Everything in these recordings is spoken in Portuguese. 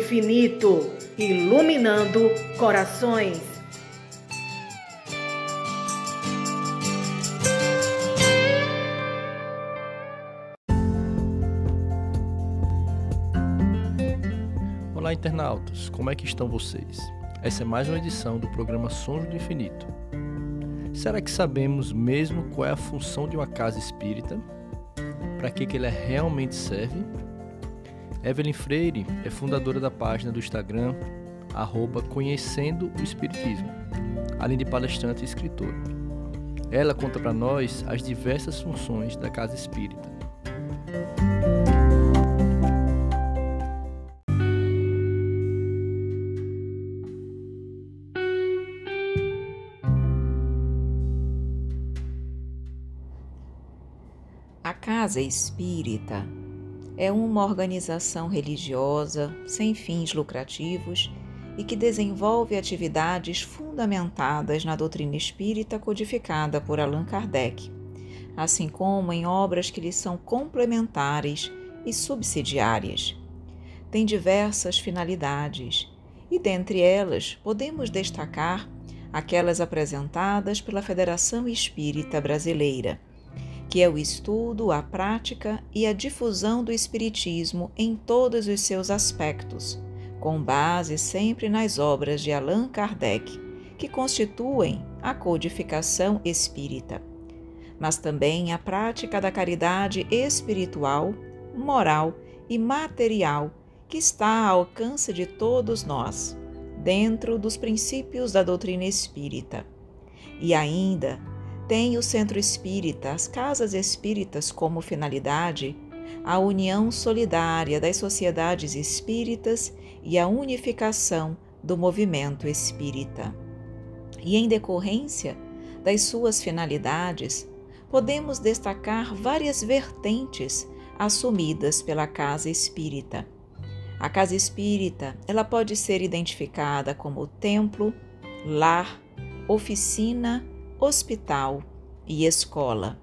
infinito, iluminando corações. Olá, internautas, como é que estão vocês? Essa é mais uma edição do programa Sons do Infinito. Será que sabemos mesmo qual é a função de uma casa espírita? Para que ela realmente serve? Evelyn Freire é fundadora da página do Instagram @Conhecendo o Espiritismo, além de palestrante e escritora. Ela conta para nós as diversas funções da casa espírita. A Casa Espírita é uma organização religiosa sem fins lucrativos e que desenvolve atividades fundamentadas na doutrina espírita codificada por Allan Kardec, assim como em obras que lhe são complementares e subsidiárias. Tem diversas finalidades e, dentre elas, podemos destacar aquelas apresentadas pela Federação Espírita Brasileira, que é o estudo, a prática e a difusão do Espiritismo em todos os seus aspectos, com base sempre nas obras de Allan Kardec, que constituem a codificação espírita, mas também a prática da caridade espiritual, moral e material que está ao alcance de todos nós, dentro dos princípios da doutrina espírita. E ainda tem o Centro Espírita, as Casas Espíritas, como finalidade a união solidária das sociedades espíritas e a unificação do movimento espírita. E em decorrência das suas finalidades, podemos destacar várias vertentes assumidas pela Casa Espírita. A Casa Espírita, ela pode ser identificada como templo, lar, oficina, hospital e escola.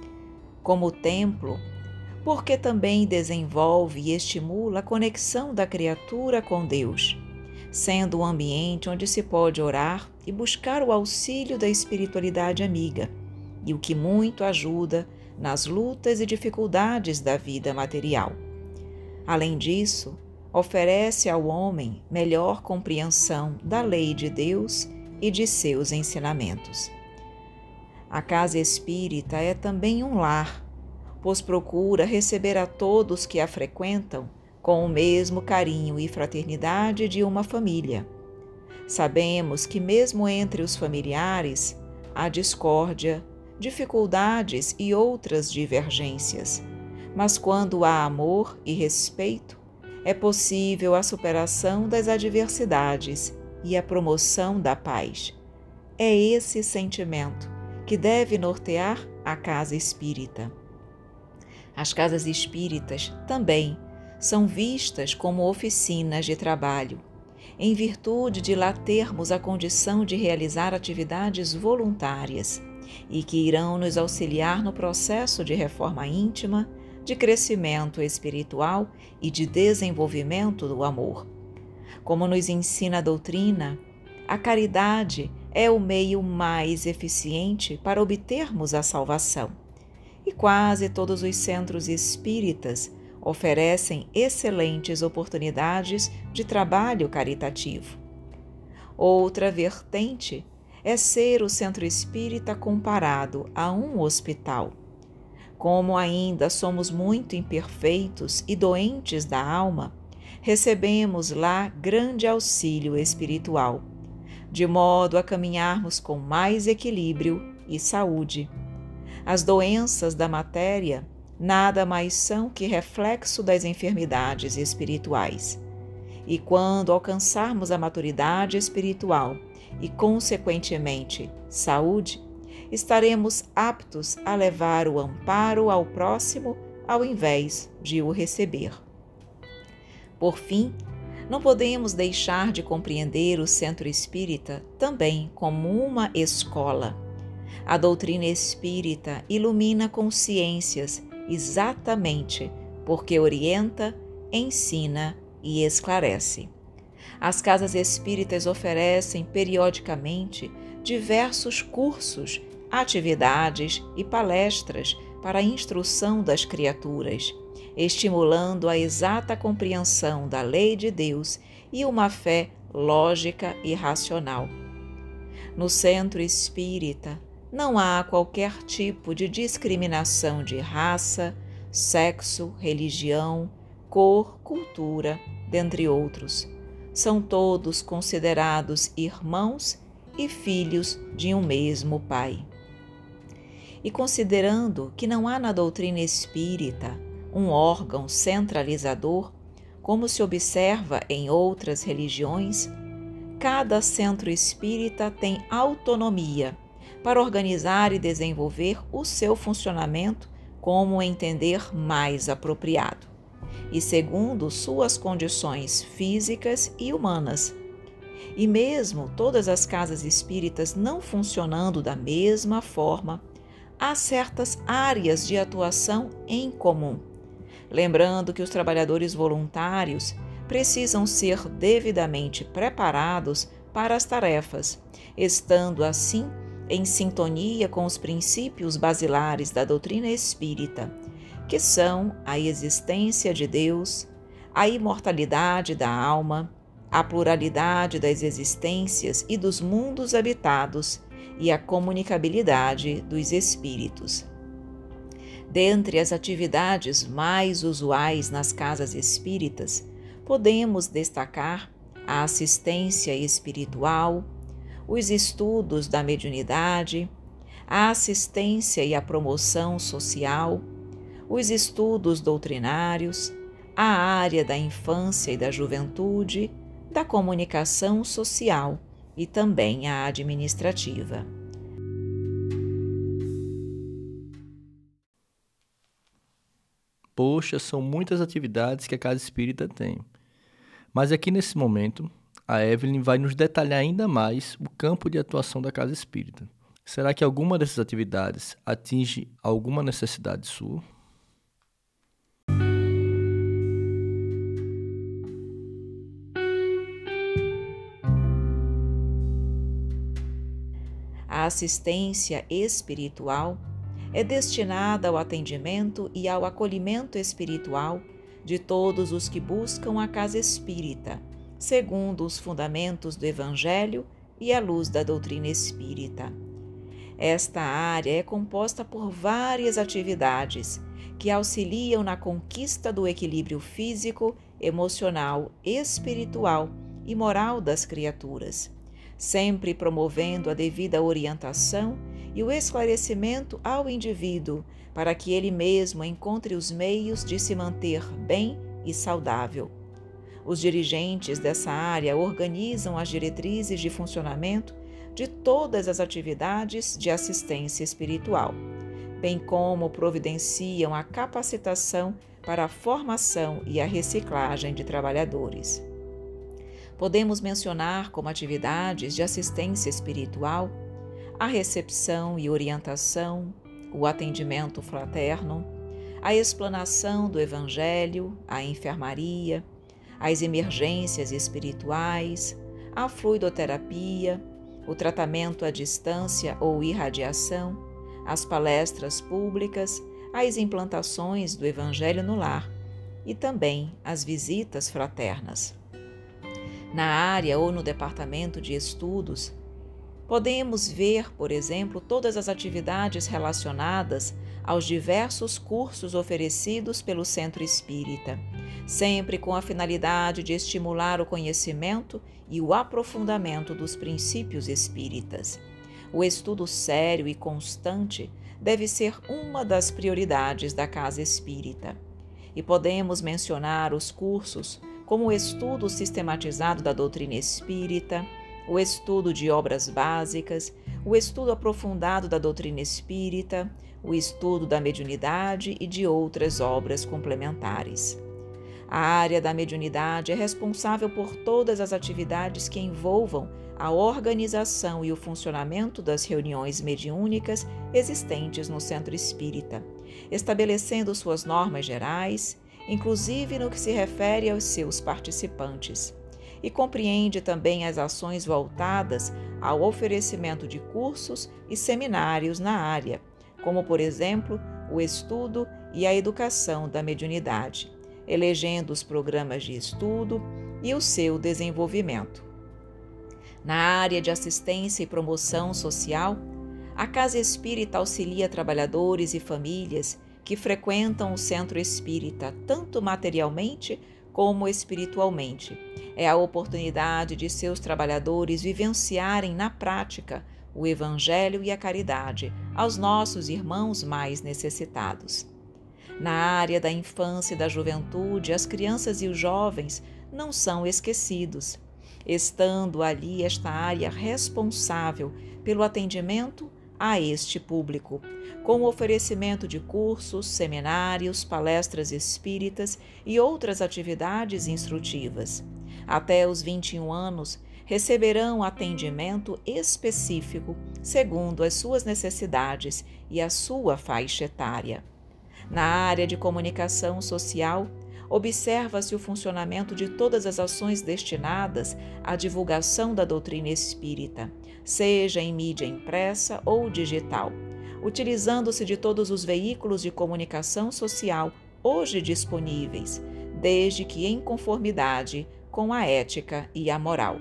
Como templo, porque também desenvolve e estimula a conexão da criatura com Deus, sendo um ambiente onde se pode orar e buscar o auxílio da espiritualidade amiga, e o que muito ajuda nas lutas e dificuldades da vida material. Além disso, oferece ao homem melhor compreensão da lei de Deus e de seus ensinamentos. A Casa Espírita é também um lar, pois procura receber a todos que a frequentam com o mesmo carinho e fraternidade de uma família. Sabemos que mesmo entre os familiares há discórdia, dificuldades e outras divergências, mas quando há amor e respeito, é possível a superação das adversidades e a promoção da paz. É esse sentimento que deve nortear a Casa Espírita. As casas espíritas também são vistas como oficinas de trabalho, em virtude de lá termos a condição de realizar atividades voluntárias e que irão nos auxiliar no processo de reforma íntima, de crescimento espiritual e de desenvolvimento do amor. Como nos ensina a doutrina, a caridade é o meio mais eficiente para obtermos a salvação. E quase todos os centros espíritas oferecem excelentes oportunidades de trabalho caritativo. Outra vertente é ser o centro espírita comparado a um hospital. Como ainda somos muito imperfeitos e doentes da alma, recebemos lá grande auxílio espiritual, de modo a caminharmos com mais equilíbrio e saúde. As doenças da matéria nada mais são que reflexo das enfermidades espirituais. E quando alcançarmos a maturidade espiritual e, consequentemente, saúde, estaremos aptos a levar o amparo ao próximo ao invés de o receber. Por fim, não podemos deixar de compreender o Centro Espírita também como uma escola. A doutrina espírita ilumina consciências exatamente porque orienta, ensina e esclarece. As casas espíritas oferecem periodicamente diversos cursos, atividades e palestras para a instrução das criaturas, estimulando a exata compreensão da lei de Deus e uma fé lógica e racional. No centro espírita, não há qualquer tipo de discriminação de raça, sexo, religião, cor, cultura, dentre outros. São todos considerados irmãos e filhos de um mesmo Pai. E considerando que não há na doutrina espírita um órgão centralizador, como se observa em outras religiões, cada centro espírita tem autonomia para organizar e desenvolver o seu funcionamento como entender mais apropriado, e segundo suas condições físicas e humanas. E mesmo todas as casas espíritas não funcionando da mesma forma, há certas áreas de atuação em comum. Lembrando que os trabalhadores voluntários precisam ser devidamente preparados para as tarefas, estando assim em sintonia com os princípios basilares da doutrina espírita, que são a existência de Deus, a imortalidade da alma, a pluralidade das existências e dos mundos habitados e a comunicabilidade dos espíritos. Dentre as atividades mais usuais nas casas espíritas, podemos destacar a assistência espiritual, os estudos da mediunidade, a assistência e a promoção social, os estudos doutrinários, a área da infância e da juventude, da comunicação social e também a administrativa. Poxa, são muitas atividades que a Casa Espírita tem. Mas aqui nesse momento, a Evelyn vai nos detalhar ainda mais o campo de atuação da Casa Espírita. Será que alguma dessas atividades atinge alguma necessidade sua? A assistência espiritual é destinada ao atendimento e ao acolhimento espiritual de todos os que buscam a casa espírita, segundo os fundamentos do Evangelho e à luz da doutrina espírita. Esta área é composta por várias atividades que auxiliam na conquista do equilíbrio físico, emocional, espiritual e moral das criaturas, sempre promovendo a devida orientação e o esclarecimento ao indivíduo para que ele mesmo encontre os meios de se manter bem e saudável. Os dirigentes dessa área organizam as diretrizes de funcionamento de todas as atividades de assistência espiritual, bem como providenciam a capacitação para a formação e a reciclagem de trabalhadores. Podemos mencionar como atividades de assistência espiritual a recepção e orientação, o atendimento fraterno, a explanação do Evangelho, a enfermaria, as emergências espirituais, a fluidoterapia, o tratamento à distância ou irradiação, as palestras públicas, as implantações do Evangelho no lar e também as visitas fraternas. Na área ou no departamento de estudos, podemos ver, por exemplo, todas as atividades relacionadas aos diversos cursos oferecidos pelo Centro Espírita, sempre com a finalidade de estimular o conhecimento e o aprofundamento dos princípios espíritas. O estudo sério e constante deve ser uma das prioridades da Casa Espírita. E podemos mencionar os cursos como o estudo sistematizado da doutrina espírita, o estudo de obras básicas, o estudo aprofundado da doutrina espírita, o estudo da mediunidade e de outras obras complementares. A área da mediunidade é responsável por todas as atividades que envolvam a organização e o funcionamento das reuniões mediúnicas existentes no Centro Espírita, estabelecendo suas normas gerais, inclusive no que se refere aos seus participantes, e compreende também as ações voltadas ao oferecimento de cursos e seminários na área, como, por exemplo, o estudo e a educação da mediunidade, elegendo os programas de estudo e o seu desenvolvimento. Na área de assistência e promoção social, a Casa Espírita auxilia trabalhadores e famílias que frequentam o centro espírita, tanto materialmente como espiritualmente. É a oportunidade de seus trabalhadores vivenciarem na prática o Evangelho e a caridade aos nossos irmãos mais necessitados. Na área da infância e da juventude, as crianças e os jovens não são esquecidos, estando ali esta área responsável pelo atendimento a este público, com o oferecimento de cursos, seminários, palestras espíritas e outras atividades instrutivas. Até os 21 anos, receberão atendimento específico segundo as suas necessidades e a sua faixa etária. Na área de comunicação social, observa-se o funcionamento de todas as ações destinadas à divulgação da doutrina espírita, seja em mídia impressa ou digital, utilizando-se de todos os veículos de comunicação social hoje disponíveis, desde que em conformidade com a ética e a moral.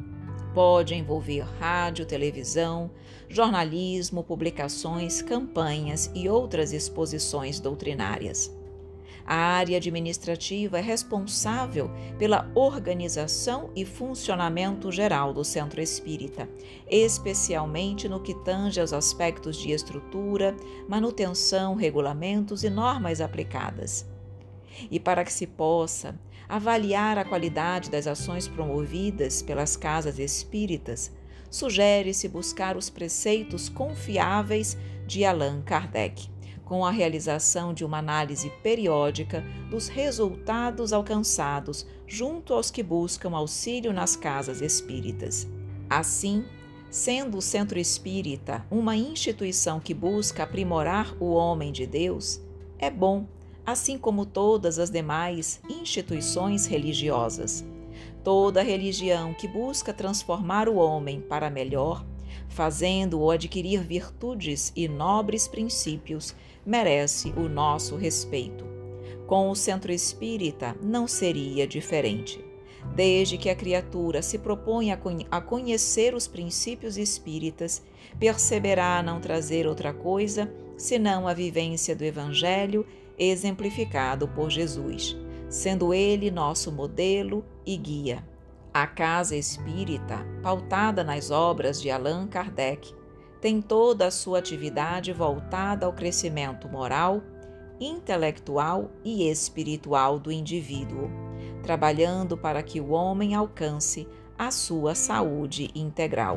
Pode envolver rádio, televisão, jornalismo, publicações, campanhas e outras exposições doutrinárias. A área administrativa é responsável pela organização e funcionamento geral do Centro Espírita, especialmente no que tange aos aspectos de estrutura, manutenção, regulamentos e normas aplicadas. E para que se possa avaliar a qualidade das ações promovidas pelas casas espíritas, sugere-se buscar os preceitos confiáveis de Allan Kardec, com a realização de uma análise periódica dos resultados alcançados junto aos que buscam auxílio nas casas espíritas. Assim, sendo o Centro Espírita uma instituição que busca aprimorar o homem de Deus, é bom, assim como todas as demais instituições religiosas. Toda religião que busca transformar o homem para melhor, fazendo-o adquirir virtudes e nobres princípios, merece o nosso respeito. Com o Centro Espírita não seria diferente. Desde que a criatura se propõe a conhecer os princípios espíritas, perceberá não trazer outra coisa senão a vivência do Evangelho exemplificado por Jesus, sendo ele nosso modelo e guia. A Casa Espírita, pautada nas obras de Allan Kardec, tem toda a sua atividade voltada ao crescimento moral, intelectual e espiritual do indivíduo, trabalhando para que o homem alcance a sua saúde integral.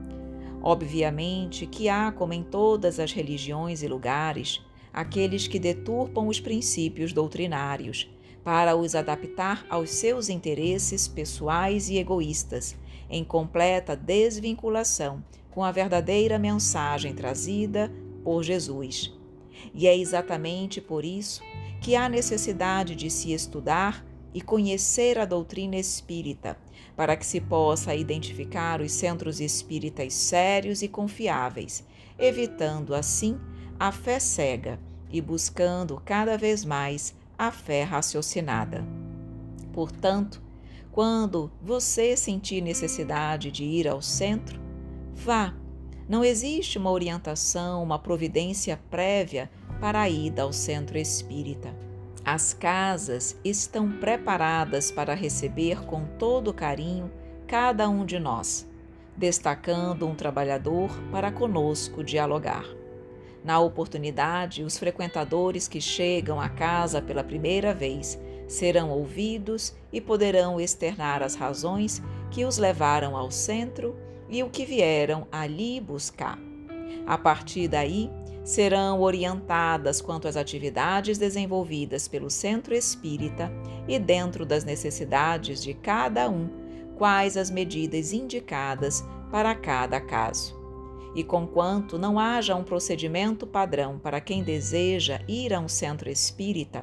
Obviamente que há, como em todas as religiões e lugares, aqueles que deturpam os princípios doutrinários para os adaptar aos seus interesses pessoais e egoístas, em completa desvinculação com a verdadeira mensagem trazida por Jesus. E é exatamente por isso que há necessidade de se estudar e conhecer a doutrina espírita, para que se possa identificar os centros espíritas sérios e confiáveis, evitando assim a fé cega e buscando cada vez mais a fé raciocinada. Portanto, quando você sentir necessidade de ir ao centro, vá. Não existe uma orientação, uma providência prévia para a ida ao centro espírita. As casas estão preparadas para receber com todo carinho cada um de nós, destacando um trabalhador para conosco dialogar. Na oportunidade, os frequentadores que chegam à casa pela primeira vez serão ouvidos e poderão externar as razões que os levaram ao centro e o que vieram ali buscar. A partir daí, serão orientadas quanto às atividades desenvolvidas pelo Centro Espírita e, dentro das necessidades de cada um, quais as medidas indicadas para cada caso. E conquanto não haja um procedimento padrão para quem deseja ir a um centro espírita,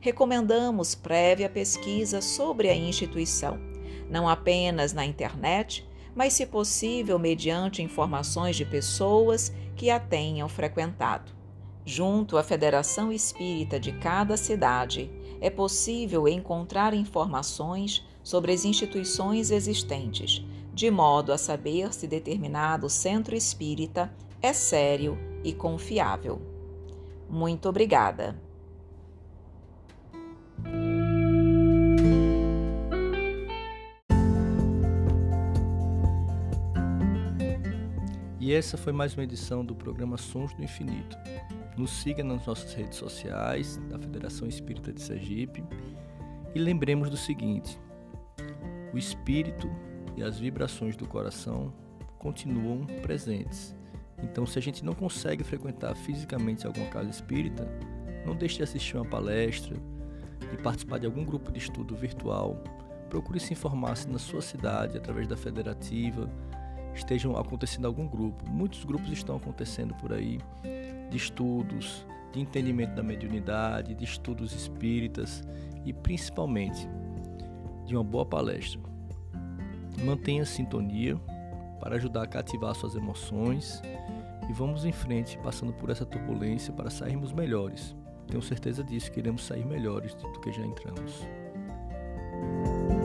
recomendamos prévia pesquisa sobre a instituição, não apenas na internet, mas, se possível, mediante informações de pessoas que a tenham frequentado. Junto à Federação Espírita de cada cidade, é possível encontrar informações sobre as instituições existentes, de modo a saber se determinado centro espírita é sério e confiável. Muito obrigada! E essa foi mais uma edição do programa Sons do Infinito. Nos siga nas nossas redes sociais, da Federação Espírita de Sergipe, e lembremos do seguinte: o espírito e as vibrações do coração continuam presentes. Então, se a gente não consegue frequentar fisicamente alguma casa espírita, não deixe de assistir uma palestra, de participar de algum grupo de estudo virtual. Procure se informar se na sua cidade, através da federativa, estejam acontecendo algum grupo. Muitos grupos estão acontecendo por aí, de estudos, de entendimento da mediunidade, de estudos espíritas e principalmente de uma boa palestra. Mantenha a sintonia para ajudar a cativar suas emoções e vamos em frente, passando por essa turbulência para sairmos melhores. Tenho certeza disso, que iremos sair melhores do que já entramos.